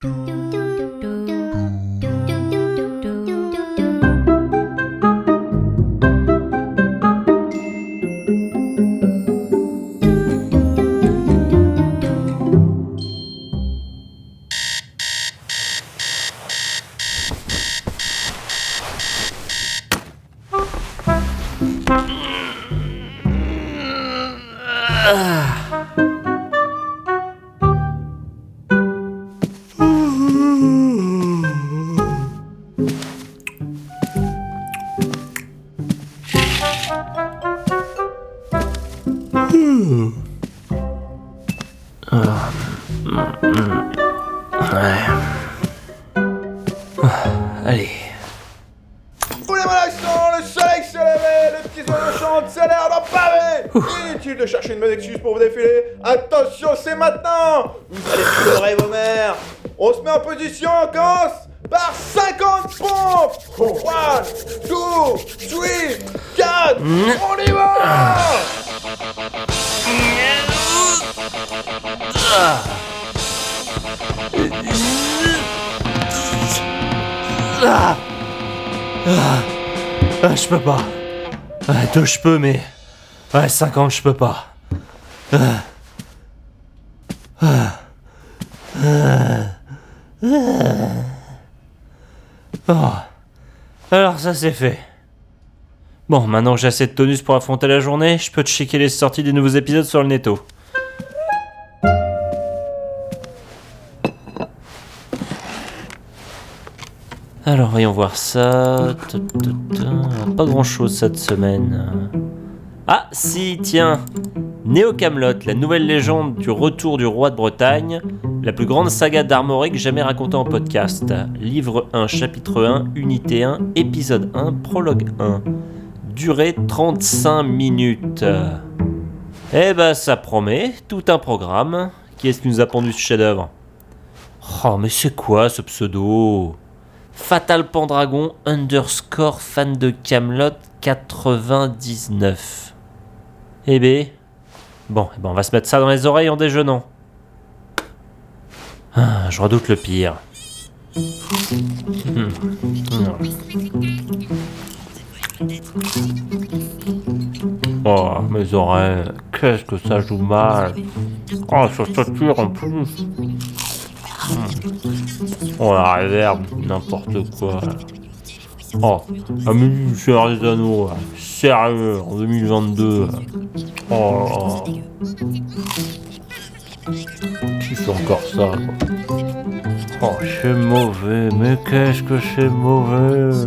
Allez. Oulez mon accent, le soleil s'est levé, les petits oiseaux chantent, c'est l'heure d'en pavé. Inutile de chercher une bonne excuse pour vous défiler. Attention, c'est maintenant. Vous allez pleurer vos mères. On se met en position, on commence par 50 pompes. 1, 2, 3, 4, on y va. Je peux pas. 2 je peux, mais 50 je peux pas. Alors ça c'est fait. Bon, maintenant que j'ai assez de tonus pour affronter la journée, je peux checker les sorties des nouveaux épisodes sur le netto. Alors voyons voir ça. Pas grand chose cette semaine. Ah si, tiens. Néo Camelot, la nouvelle légende du retour du roi de Bretagne, la plus grande saga d'Armorique jamais racontée en podcast. Livre 1, chapitre 1, unité 1, épisode 1, prologue 1. Durée 35 minutes. Eh ben ça promet, tout un programme. Qui est-ce qui nous a pondu ce chef-d'œuvre ? Oh mais c'est quoi ce pseudo ? Fatal Pendragon _ fan de Camelot 99. Eh ben, on va se mettre ça dans les oreilles en déjeunant. Je redoute le pire. Oh, mes oreilles, qu'est-ce que ça joue mal. Oh, ça sature en plus. Oh, la réverb, n'importe quoi. Oh, Amélie du Seigneur des Anneaux, sérieux, en 2022. Oh. Qui fait encore ça, quoi. Oh, c'est mauvais, mais qu'est-ce que c'est mauvais.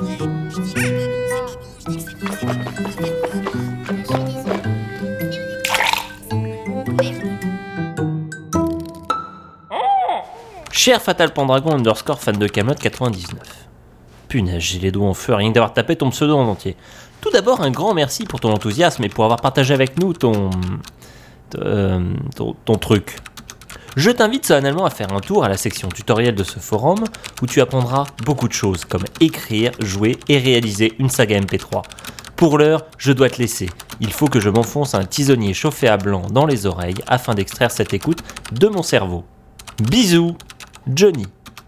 Cher Fatal Pendragon _ fan de Camelot 99. Punaise, j'ai les doigts en feu rien que d'avoir tapé ton pseudo en entier. Tout d'abord, un grand merci pour ton enthousiasme et pour avoir partagé avec nous ton truc. Je t'invite solennellement à faire un tour à la section tutoriel de ce forum où tu apprendras beaucoup de choses comme écrire, jouer et réaliser une saga MP3. Pour l'heure, je dois te laisser. Il faut que je m'enfonce un tisonnier chauffé à blanc dans les oreilles afin d'extraire cette écoute de mon cerveau. Bisous, Johnny.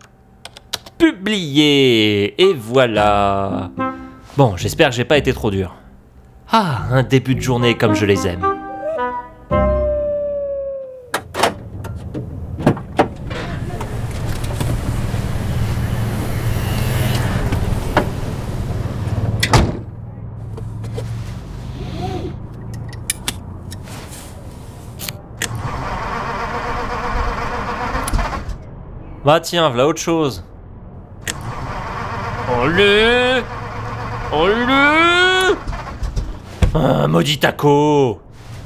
Publié. Et voilà. Bon, j'espère que j'ai pas été trop dur. Ah, un début de journée comme je les aime. Bah tiens, voilà autre chose. Allez, allez. Ah, maudit taco.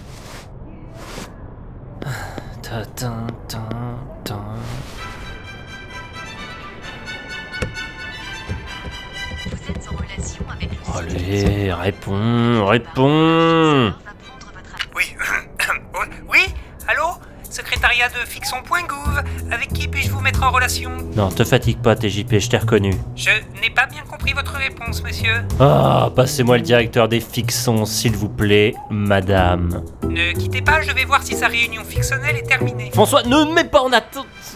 Vous êtes en relation avec le Allez, réponds. Oui, oui, allô ? Secrétariat de Fixon.gouv, avec qui puis-je vous mettre en relation ? Non, te fatigue pas, TJP, je t'ai reconnu. Je n'ai pas bien compris votre réponse, monsieur. Ah, passez-moi le directeur des Fixons, s'il vous plaît, madame. Ne quittez pas, je vais voir si sa réunion fictionnelle est terminée. François, ne me mets pas en attente.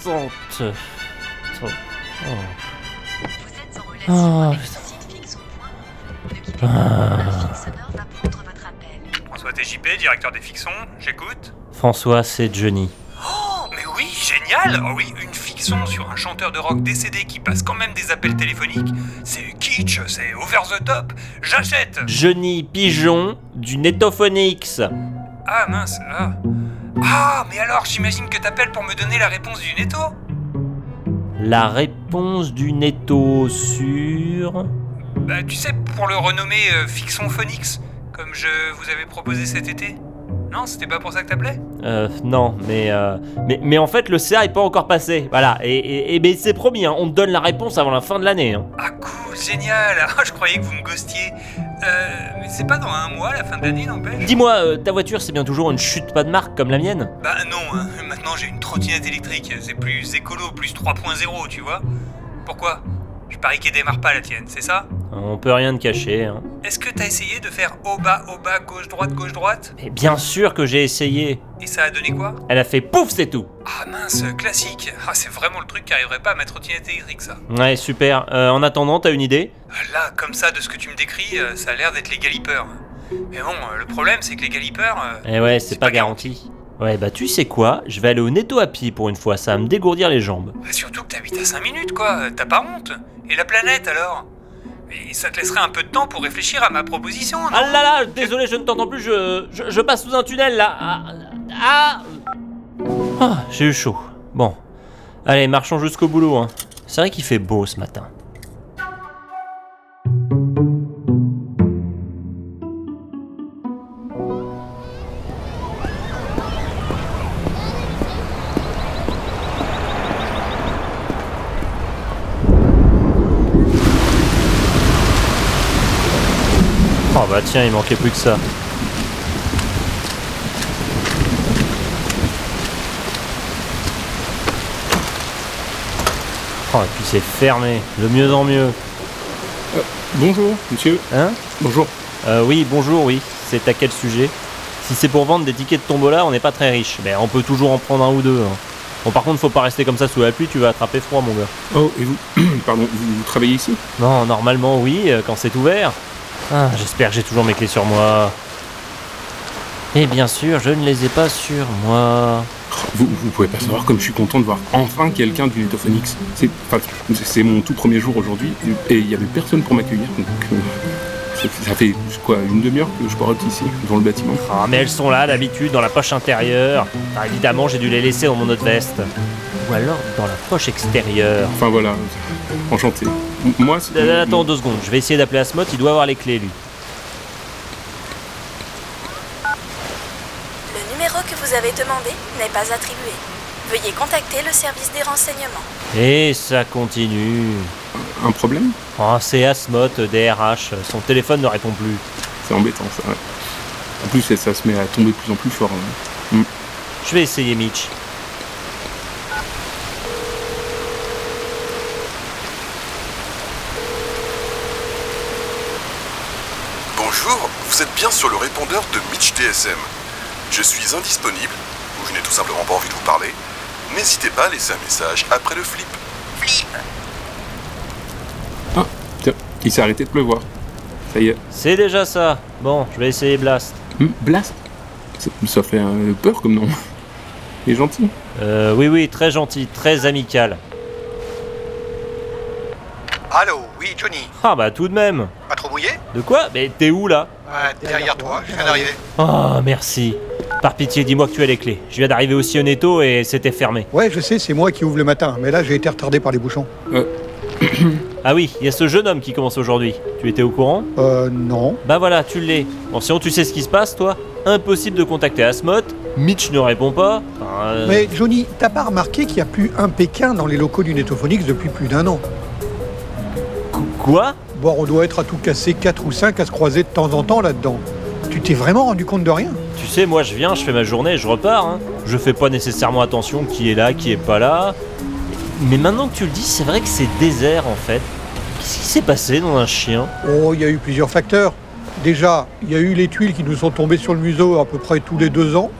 attends. Oh. Vous êtes en relation Ah, avec le site fixon.com. Ne quittez pas, un fixonneur va prendre votre appel. François TJP, directeur des Fixons, j'écoute. François, c'est Johnny. Oh, mais oui, génial! Oh oui, une fiction sur un chanteur de rock décédé qui passe quand même des appels téléphoniques. C'est kitsch, c'est over the top. J'achète! Johnny Pigeon du Netophonix. Ah mince, ah. Ah, mais alors, j'imagine que t'appelles pour me donner la réponse du netto? La réponse du Netto sur... Bah, tu sais, pour le renommer Fixon Phonix, comme je vous avais proposé cet été. Non, c'était pas pour ça que t'appelais? Non, mais en fait le CA est pas encore passé, voilà, et mais c'est promis, hein, on te donne la réponse avant la fin de l'année. Hein. Ah cool, génial. Ah, je croyais que vous me ghostiez. Mais c'est pas dans un mois, la fin de l'année, n'empêche? Dis-moi, ta voiture c'est bien toujours une chute pas de marque comme la mienne? Bah non, hein. Maintenant j'ai une trottinette électrique, c'est plus écolo, plus 3.0, tu vois? Pourquoi? Je parie qu'elle démarre pas la tienne, c'est ça? On peut rien te cacher, hein. Est-ce que t'as essayé de faire haut bas, gauche droite? Mais bien sûr que j'ai essayé. Et ça a donné quoi? Elle a fait pouf, c'est tout. Ah mince, classique. Ah, c'est vraiment le truc qui arriverait pas à ma trottinette électrique, ça. Ouais, super. En attendant, t'as une idée? Là, comme ça, de ce que tu me décris, ça a l'air d'être les galipeurs. Mais bon, le problème, c'est que les galipeurs... Eh ouais, c'est pas garanti. Ouais, bah tu sais quoi? Je vais aller au Netto à pied pour une fois, ça va me dégourdir les jambes. Bah, surtout que t'habites à 5 minutes, quoi. T'as pas honte? Et la planète, alors? Et ça te laisserait un peu de temps pour réfléchir à ma proposition, non? Ah là là, désolé, je ne t'entends plus, je passe sous un tunnel là. Ah, j'ai eu chaud. Bon, allez, marchons jusqu'au boulot. Hein. C'est vrai qu'il fait beau ce matin. Oh bah tiens, il manquait plus que ça. Oh, et puis c'est fermé, de mieux en mieux. Bonjour, monsieur. Hein? Bonjour. Oui, bonjour, oui. C'est à quel sujet? Si c'est pour vendre des tickets de tombola, on n'est pas très riche. Mais on peut toujours en prendre un ou deux. Hein. Bon, par contre, faut pas rester comme ça sous la pluie, tu vas attraper froid, mon gars. Oh, et vous pardon, vous travaillez ici? Non, normalement, oui, quand c'est ouvert. Ah, j'espère que j'ai toujours mes clés sur moi. Et bien sûr, je ne les ai pas sur moi. Vous pouvez pas savoir comme je suis content de voir enfin quelqu'un du Netophonix. C'est mon tout premier jour aujourd'hui et il y avait personne pour m'accueillir. Donc ça fait quoi, une demi-heure que je parote ici, devant le bâtiment. Ah, mais elles sont là d'habitude, dans la poche intérieure. Ah, évidemment, j'ai dû les laisser dans mon autre veste. Ou alors dans la poche extérieure. Enfin voilà, enchanté. Moi, c'est... Attends 2 secondes, je vais essayer d'appeler Asmot, il doit avoir les clés, lui. Le numéro que vous avez demandé n'est pas attribué. Veuillez contacter le service des renseignements. Et ça continue. Un problème? Oh, c'est Asmot, DRH, son téléphone ne répond plus. C'est embêtant ça. En plus, ça se met à tomber de plus en plus fort. Hein. Je vais essayer Mitch. Bonjour, vous êtes bien sur le répondeur de Mitch TSM. Je suis indisponible, ou je n'ai tout simplement pas envie de vous parler. N'hésitez pas à laisser un message après le flip. Flip. Ah, tiens, il s'est arrêté de pleuvoir. Ça y est. C'est déjà ça. Bon, je vais essayer Blast. Blast? Ça fait peur comme nom. Il est gentil. Oui, très gentil, très amical. Allô, oui, Johnny. Ah bah tout de même. Pas trop mouillé? De quoi? Mais t'es où là? Derrière toi, je viens d'arriver. Oh, merci. Par pitié, dis-moi que tu as les clés. Je viens d'arriver aussi au Netto et c'était fermé. Ouais, je sais, c'est moi qui ouvre le matin, mais là j'ai été retardé par les bouchons. Ah oui, il y a ce jeune homme qui commence aujourd'hui. Tu étais au courant? Non. Bah voilà, tu l'es. Bon, sinon tu sais ce qui se passe, toi? Impossible de contacter Asmot. Mitch ne répond pas. Mais Johnny, t'as pas remarqué qu'il n'y a plus un Pékin dans les locaux du Netophonix depuis plus d'1 an? Quoi? Bon, on doit être à tout casser 4 ou 5 à se croiser de temps en temps là-dedans. Tu t'es vraiment rendu compte de rien? Tu sais, moi je viens, je fais ma journée et je repars. Hein. Je fais pas nécessairement attention qui est là, qui est pas là. Mais maintenant que tu le dis, c'est vrai que c'est désert en fait. Qu'est-ce qui s'est passé dans un chien? Oh, il y a eu plusieurs facteurs. Déjà, il y a eu les tuiles qui nous sont tombées sur le museau à peu près tous les 2 ans.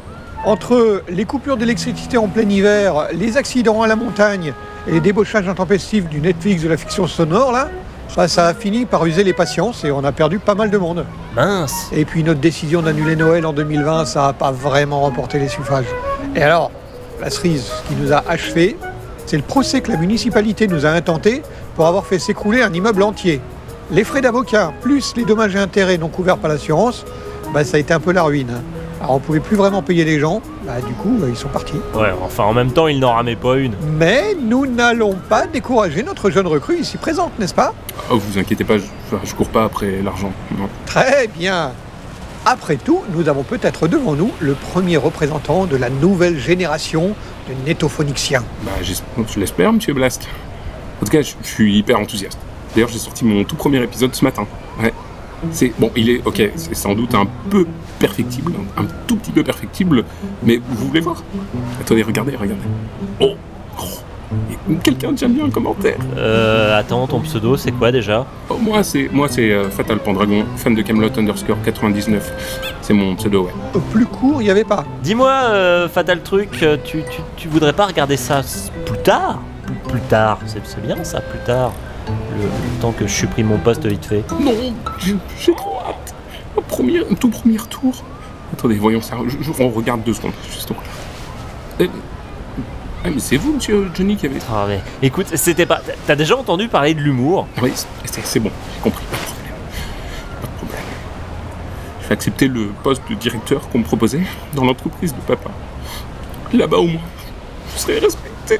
Entre les coupures d'électricité en plein hiver, les accidents à la montagne et les débauchages intempestifs du Netflix de la fiction sonore, là, ça a fini par user les patiences et on a perdu pas mal de monde. Mince. Et puis notre décision d'annuler Noël en 2020, ça n'a pas vraiment remporté les suffrages. Et alors, la cerise, ce qui nous a achevé, c'est le procès que la municipalité nous a intenté pour avoir fait s'écrouler un immeuble entier. Les frais d'avocat, plus les dommages et intérêts non couverts par l'assurance, ça a été un peu la ruine. Alors on pouvait plus vraiment payer les gens, du coup ils sont partis. Ouais, enfin en même temps, il n'en ramait pas une. Mais nous n'allons pas décourager notre jeune recrue ici présente, n'est-ce pas ? Oh, vous inquiétez pas, je cours pas après l'argent. Non. Très bien. Après tout, nous avons peut-être devant nous le premier représentant de la nouvelle génération de nétophoniciens. Je l'espère, monsieur Blast. En tout cas, je suis hyper enthousiaste. D'ailleurs, j'ai sorti mon tout premier épisode ce matin. Ouais. C'est sans doute un peu perfectible, un tout petit peu perfectible, mais vous voulez voir ? Attendez, regardez. Oh, quelqu'un a déjà mis un commentaire. Attends, ton pseudo, c'est quoi déjà ? Oh, moi, c'est Fatal Pendragon, fan de Camelot _99. C'est mon pseudo, ouais. Plus court, il n'y avait pas. Dis-moi, Fatal Truc, tu voudrais pas regarder ça plus tard ? Plus tard, c'est bien ça, plus tard. Le temps que je supprime mon poste vite fait. Non, j'ai trop hâte. Un tout premier tour. Attendez, voyons ça. On regarde 2 secondes. Juste mais c'est vous, monsieur Johnny, qui avez... Ah mais, écoute, c'était pas... T'as déjà entendu parler de l'humour ? Oui, c'est bon, j'ai compris. Pas de problème. Je vais accepter le poste de directeur qu'on me proposait dans l'entreprise de papa. Là-bas, au moins, je serai respecté.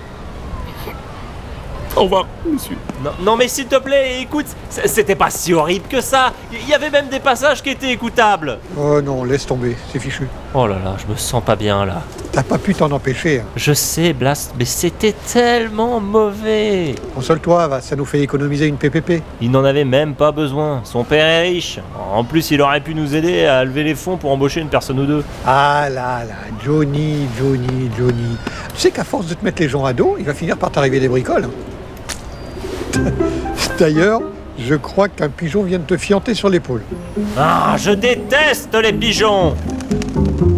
Au revoir, monsieur. Non mais s'il te plaît, écoute, c'était pas si horrible que ça. Il y avait même des passages qui étaient écoutables. Oh non, laisse tomber, c'est fichu. Oh là là, je me sens pas bien là. T'as pas pu t'en empêcher. Hein. Je sais, Blast, mais c'était tellement mauvais. Console-toi, ça nous fait économiser une PPP. Il n'en avait même pas besoin. Son père est riche. En plus, il aurait pu nous aider à lever les fonds pour embaucher une personne ou deux. Ah là, Johnny. Tu sais qu'à force de te mettre les gens à dos, il va finir par t'arriver des bricoles. D'ailleurs, je crois qu'un pigeon vient de te fianter sur l'épaule. Ah, je déteste les pigeons.